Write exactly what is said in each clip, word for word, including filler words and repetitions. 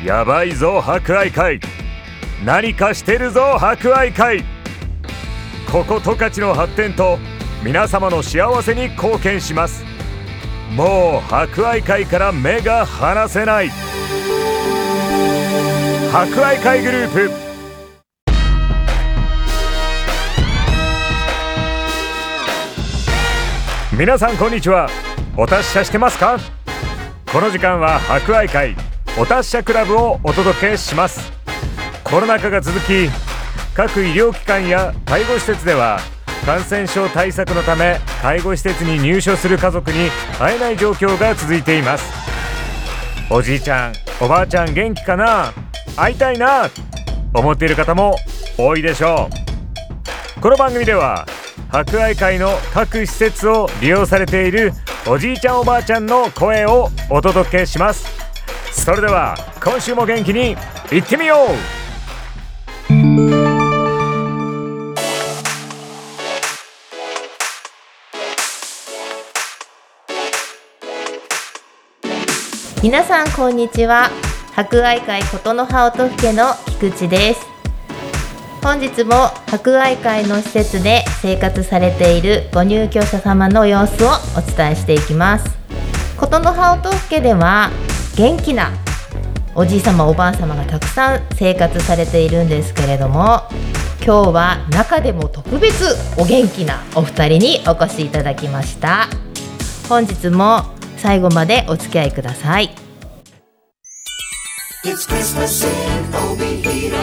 やばいぞ博愛会、何かしてるぞ博愛会。ここ十勝の発展と皆様の幸せに貢献します。もう博愛会から目が離せない。博愛会グループ。皆さんこんにちは。お達者してますか？この時間は博愛会お達者クラブをお届けします。コロナ禍が続き、各医療機関や介護施設では感染症対策のため介護施設に入所する家族に会えない状況が続いています。おじいちゃんおばあちゃん元気かな、会いたいな思っている方も多いでしょう。この番組では博愛会の各施設を利用されているおじいちゃんおばあちゃんの声をお届けします。それでは今週も元気にいってみよう。 皆さんこんにちは。博愛会琴の葉音更の菊池です。本日も博愛会の施設で生活されているご入居者様の様子をお伝えしていきます。琴の葉音更では元気なおじい様おばあ様がたくさん生活されているんですけれども、今日は中でも特別お元気なお二人にお越しいただきました。本日も最後までお付き合いください。 It's Christmas in Obihiro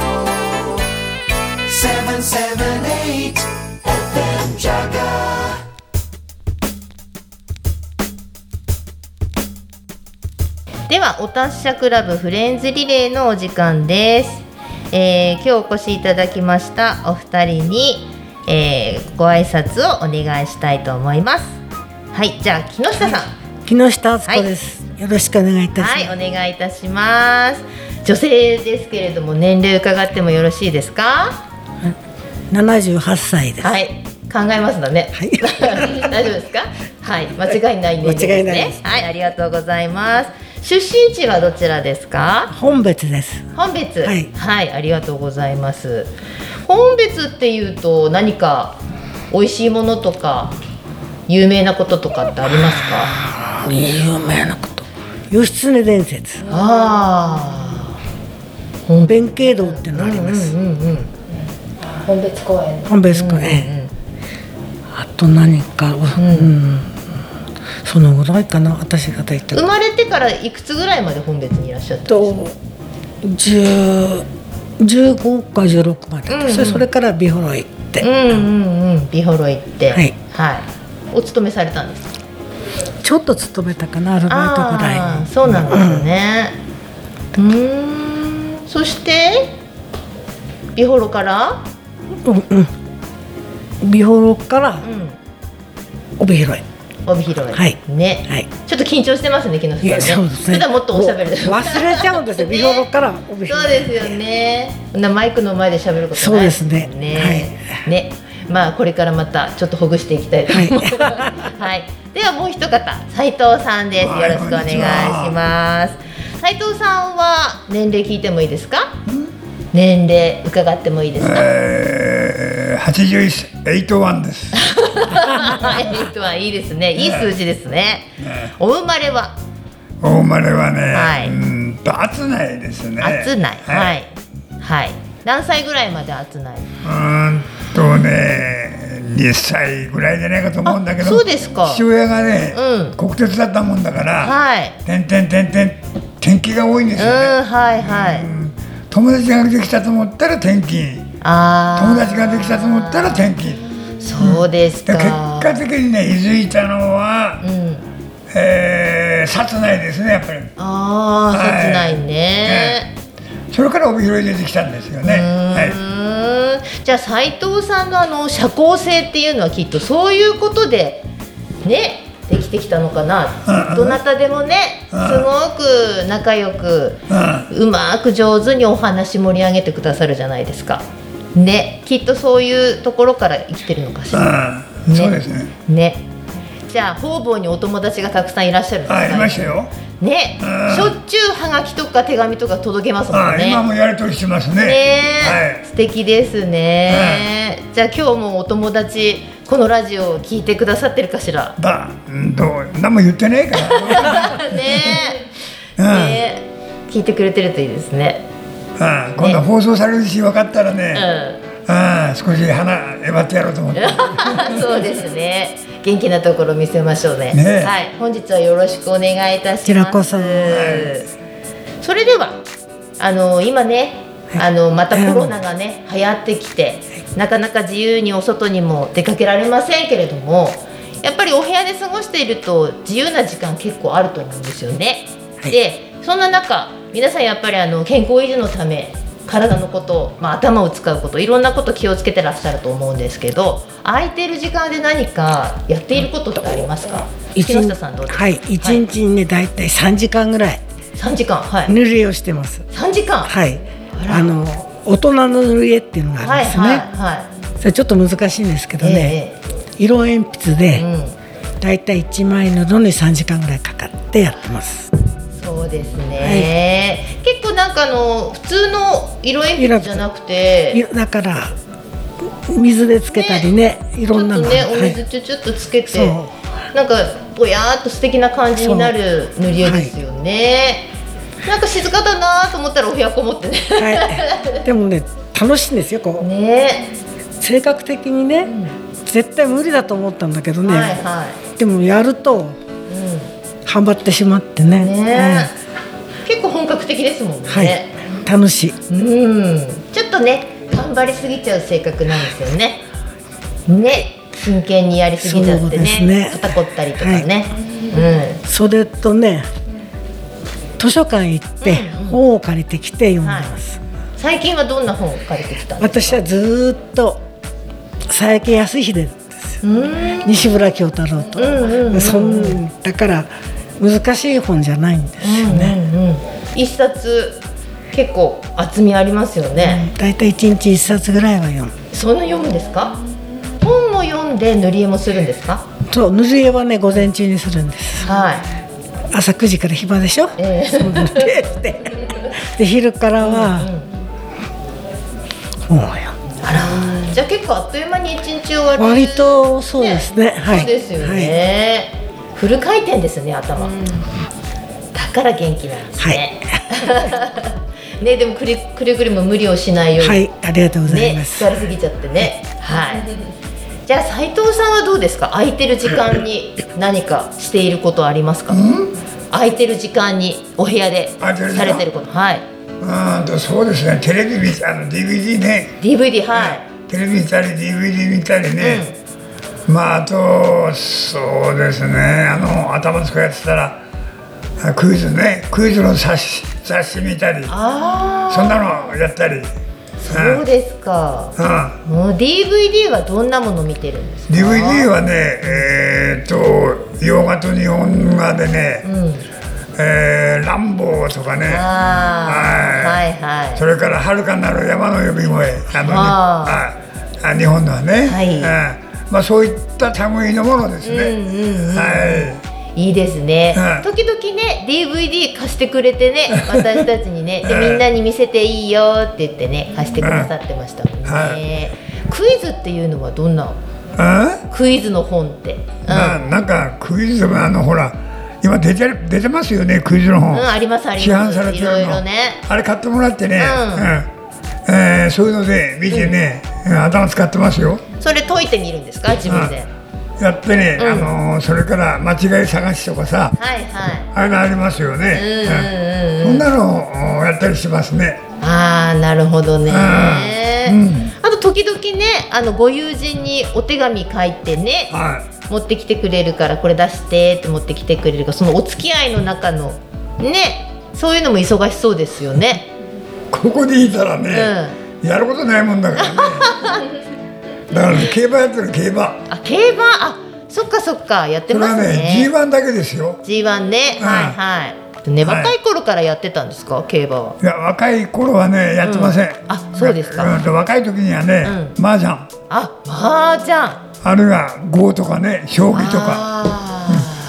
seven seven eight エフエム Jaga。 ではお達者クラブフレンズリレーのお時間です。えー、今日お越しいただきましたお二人に、えー、ご挨拶をお願いしたいと思います。はい、じゃあ木下さん、はい、 木下敦子です、はい、よろしくお願いいたします。 はい、お願いいたします。女性ですけれども年齢伺ってもよろしいですか？ ななじゅうはっさいです。 はい、考えますだね、はい、大丈夫ですか？はい、間違いない年齢ですね。間違いないです。はい、ありがとうございます。出身地はどちらですか？ 本別です。 本別、 はい、はい、 ありがとうございます。本別っていうと何か美味しいものとか有名なこととかってありますか？ 有名なこと、義経伝説、 ああ、弁慶堂ってのあります、うんうんうんうん、 本別公園、 本別公園、うんうん、あと何か、うんうん、そのぐらいかな。私が言った生まれてからいくつぐらいまで本別にいらっしゃったんですか？ じゅう、じゅうごかじゅうろくまで、うんうん、それ、それから美幌行って、 うんうんうん、美幌行って、はい、はい、お勤めされたんですか？ ちょっと勤めたかな、アルバイトぐらい。 あ、そうなんですね、うん、うーん、そして美幌から、 うんうん、美幌から、うん、帯広へ。 帯広へ、はい、ね、はい、ちょっと緊張してますね、木下さんね。そうですね。普段もっとおしゃべりで忘れちゃうんですよ、美幌から帯広。 そうですよね。マイクの前で喋ることないですね。そうですね。はい、ね、まあこれからまたちょっとほぐしていきたいと思います。はい。はい、ではもう一方、斉藤さんです。よろしくお願いします。斉藤さんは年齢聞いてもいいですか？年齢伺ってもいいですか？ えー、はちじゅういち、はちじゅういちです。 はちじゅういちはいいですね。いい数字ですね。ね、お生まれは？ お生まれはね、 はい、 うんと厚内ですね。 厚内、はい、はい。何歳ぐらいまで厚内？ うんとね、にさいぐらいじゃないかと思うんだけど。 そうですか。 父親がね、 うん、 国鉄だったもんだから、 はい、 点々点々転勤が多いんですよね。 うん、はいはい。 友達ができたと思ったら転勤、あ、友達ができたと思ったら転勤。 そうですか。 結果的にね、居づいたのは、うん、えー、薩内ですね、やっぱり。 ああ、薩内ね、ね。 それから帯広に出てきたんですよね。はい、 じゃあ斉藤さんのあの社交性っていうのはきっとそういうことでね、できてきたのかな。うん、どなたでもね、うん、すごく仲良く、うん、うまく上手にお話盛り上げてくださるじゃないですか。ね、きっとそういうところから生きてるのかしら。 ね、そうですね。 ね、じゃあ方々にお友達がたくさんいらっしゃるんですか？ あ、いましたよ。 ね、 うんしょっちゅうハガキとか手紙とか届けますもんね。 あ今もやり取りしてますね。 ね、 はい、 素敵ですね、じゃあ今日もお友達このラジオを聞いてくださってるかしら。 だうんどう何も言ってねえからねうんね聞いてくれてるといいですね。 うん今度放送されるし分かったらね、 ううん少し花えばってやろうと思ってんそうですね、元気なところ見せましょうね。 ねはい、本日はよろしくお願いいたします。 こちらこそそれではあの今ね、あのまたコロナがね流行ってきて、なかなか自由にお外にも出かけられませんけれども、やっぱりお部屋で過ごしていると自由な時間結構あると思うんですよね。 はいでそんな中皆さんやっぱりあの健康維持のため体のこと、まあ、頭を使うこといろんなこと気をつけてらっしゃると思うんですけど、空いてる時間で何かやっていることってありますか？木一日下さんどうですか？ はい、一日にねだいたいさんじかんぐらいさんじかん、はい、 塗り絵をしてます。 さんじかん、 はいあらあの大人の塗り絵っていうのがあはいるんですね、 はいはそれちょっと難しいんですけどい、 ね、 え色鉛筆えでうんだいたいいちまい塗るのにさんじかんぐらいかかってやってます。 そうですね、結構なんかあの普通の色鉛筆じゃなくていだから水でつけたりねいろんなのちょっとねおはい水ちょちょっとつけて、 そうなんかぼやーっと素敵な感じになる塗り絵ですよね、なんか静かだなと思ったらお部屋こもってねはい、でもね楽しいんですよこうね性格的にね、絶対無理だと思ったんだけどね、 はいはでもやるとい、うんハマってしまってねね結構本格的ですもんね、 はい、楽しい。 うんちょっとね頑張りすぎちゃう性格なんですよねね真剣にやりすぎちゃってそうですねね肩こったりとかね、 それとね図書館行って本を借りてきて読んでます、 うん、最近はどんな本を借りてきたんです私はずーっと佐伯康秀ですよ、 か？うん西村京太郎と、 うんうんうんそんだから難しい本じゃないんですよね、 うんうんうん、一冊結構厚みありますよね、 だいたいいちにちいっさつぐらいは読む。 そんな読むんですか？本も読んで塗り絵もするんですか？ そう塗り絵はね午前中にするんです。 はい、 朝くじから暇でしょ、 ええそう塗ってってで昼からは本を読む。 あらじゃあ結構あっという間に一日終わる割とそうですね、はいそうですよね、フル回転ですね頭、だから元気なんですね、ねでもくれくれぐれも無理をしないように、 はい、はい、ありがとうございねます、 疲れすぎちゃってねはいじゃあ斉藤さんはどうですか？空いてる時間に何かしていることありますか？空いてる時間にお部屋で空いてる時間されてること、はい、 うんとそうですね、テレビ見あの ディーブイディー ね、 ディーブイディー はいテレビ見たり ディーブイディー 見たりね、まああとそうですね、あの頭使うやつたらあクイズね、クイズの雑誌雑誌見たり、 あそんなのやったり、 あそうですか、 うん、 もう ディーブイディー はどんなもの見てるんですか？ ディーブイディー はね、えー、っと洋画と日本画でね、 うんえーランボーとかね、 ああはいはいそれから遥かなる山の呼び声、あのあああ日本のはね、 はいうんまあ、そういった類のものですね、 うんうんうんはいいですね、 はい時々ね ディーブイディー 貸してくれてね私たちにねでみんなに見せていいよって言ってね貸してくださってましたもんね、 はいクイズっていうのはどんなうんクイズの本って、うんななんかクイズもあのほら今出てる出てますよね、クイズの本、 うん、ありますあり市ます販されてるのいろいろねあれ買ってもらってね、 うんうんえーそういうので見てね、うん頭使ってますよ、 それ解いてみるんですか自分で、 やってね、 うんあのーそれから間違い探しとかさ、 はいはいああいうのありますよね、 うんうんうんうんそんなのをやったりしますね。 ああなるほどね、 うんあと時々ねあのご友人にお手紙書いてねは持ってきてくれるからこれ出してって持ってきてくれるからそのお付き合いの中のねそういうのも忙しそうですよね。 い、ここにいたらね、やることないもんだからねだから、ね、競馬やってる競馬、 あ競馬あそっかそっかやってそれはますね。 ね ジーワン だけですよ。 ジーワン ね、 うんはいはいねはい若い頃からやってたんですか競馬は。 いや若い頃はねやってません、 うんあそうですかうんと若い時にはね、麻雀あ麻雀あるいは碁とかね将棋とかあ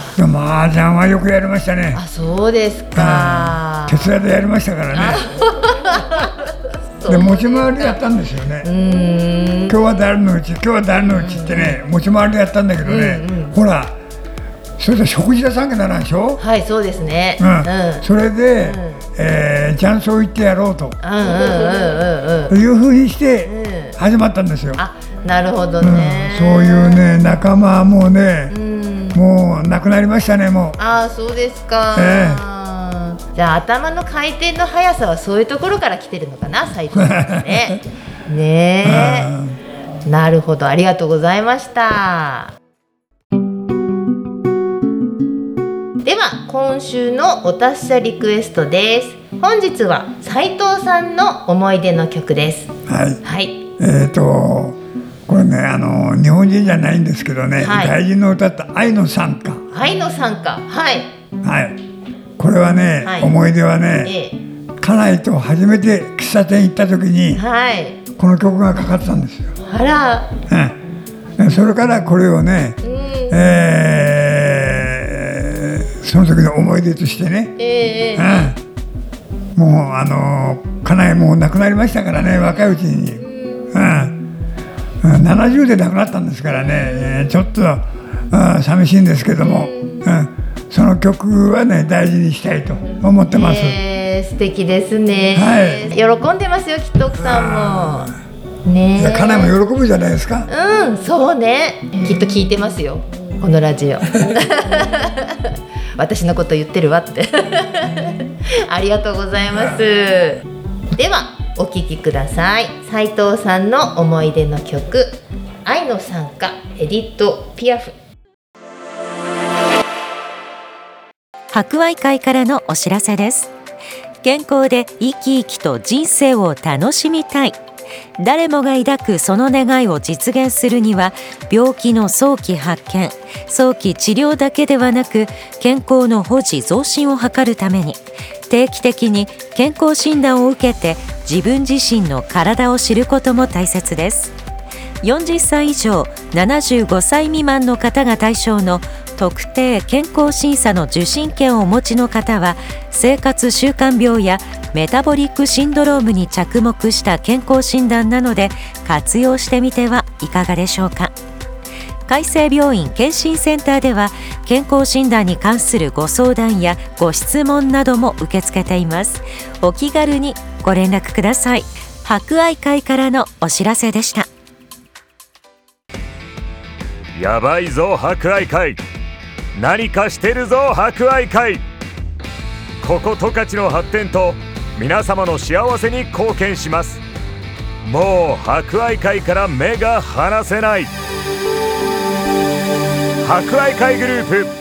でも麻雀はよくやりましたね。 あ、そうですか。 徹夜でやりましたからね。で持ち回りでやったんですよね。 うーん。 今日は誰のうち、今日は誰のうちってね、持ち回りでやったんだけどね、 うんうん、 ほら、それで食事出さなきゃならんでしょ。 はい、そうですね。 うん、 うん、 それで、 うん、 えー、雀荘行ってやろうと、 うんうんうんうんうん、 いうふうにしてうん始まったんですよ。 あ、なるほどね、 うん、そういうね仲間はもうね、 うん、 もうなくなりましたね、もう。 ああ、そうですか。 えじゃあ頭の回転の速さはそういうところから来てるのかな、斉藤さんね。ねえ、なるほど、ありがとうございました。では今週のお達者リクエストです。本日は斉藤さんの思い出の曲です。 はい、 はい、 えーとこれね、あの日本人じゃないんですけどね、 はい、 外人の歌った愛の賛歌。 愛の賛歌、はい、 はい、これはね、はい、思い出はね、ええ、家内と初めて喫茶店行った時に、はい、この曲がかかってたんですよ。 あら、 うん、それからこれをね、うん、えー、その時の思い出としてね、えーうん、もうあの家内もう亡くなりましたからね、若いうちに、うんうん、ななじゅうで亡くなったんですからね、えー、ちょっと、うん、寂しいんですけども、うんうん、その曲はね大事にしたいと思ってます。 えー、素敵ですね、はい、喜んでますよ、きっと奥さんもね。 家内も喜ぶじゃないですか。 うん、そうね、きっと聞いてますよ、このラジオ。私のこと言ってるわってありがとうございます。ではお聴きください。斉藤さんの思い出の曲、愛の賛歌、エディット・ピアフ。 博愛会からのお知らせです。健康で生き生きと人生を楽しみたい、誰もが抱くその願いを実現するには、病気の早期発見、早期治療だけではなく、健康の保持増進を図るために定期的に健康診断を受けて自分自身の体を知ることも大切です。よんじゅっさい以上ななじゅうごさい未満の方が対象の特定健康審査の受診券をお持ちの方は、生活習慣病やメタボリックシンドロームに着目した健康診断なので活用してみてはいかがでしょうか。海生病院健診センターでは健康診断に関するご相談やご質問なども受け付けています。お気軽にご連絡ください。博愛会からのお知らせでした。 やばいぞ博愛会、何かしてるぞ博愛会。ここ十勝の発展と皆様の幸せに貢献します。もう博愛会から目が離せない。博愛会グループ